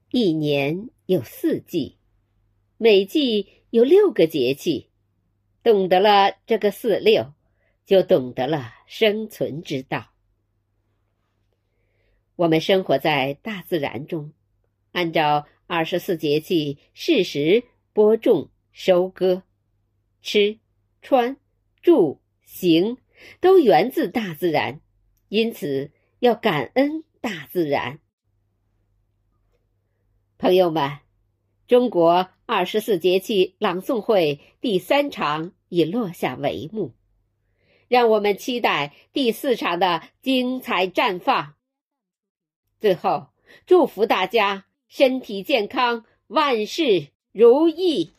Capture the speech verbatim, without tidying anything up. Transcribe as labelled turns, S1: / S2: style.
S1: 一年有四季，每季有六个节气，懂得了这个四六，就懂得了生存之道。我们生活在大自然中，按照二十四节气适时播种、收割，吃、穿、住、行都源自大自然，因此要感恩大自然。朋友们，中国二十四节气朗诵会第三场已落下帷幕，让我们期待第四场的精彩绽放。最后，祝福大家身体健康，万事如意。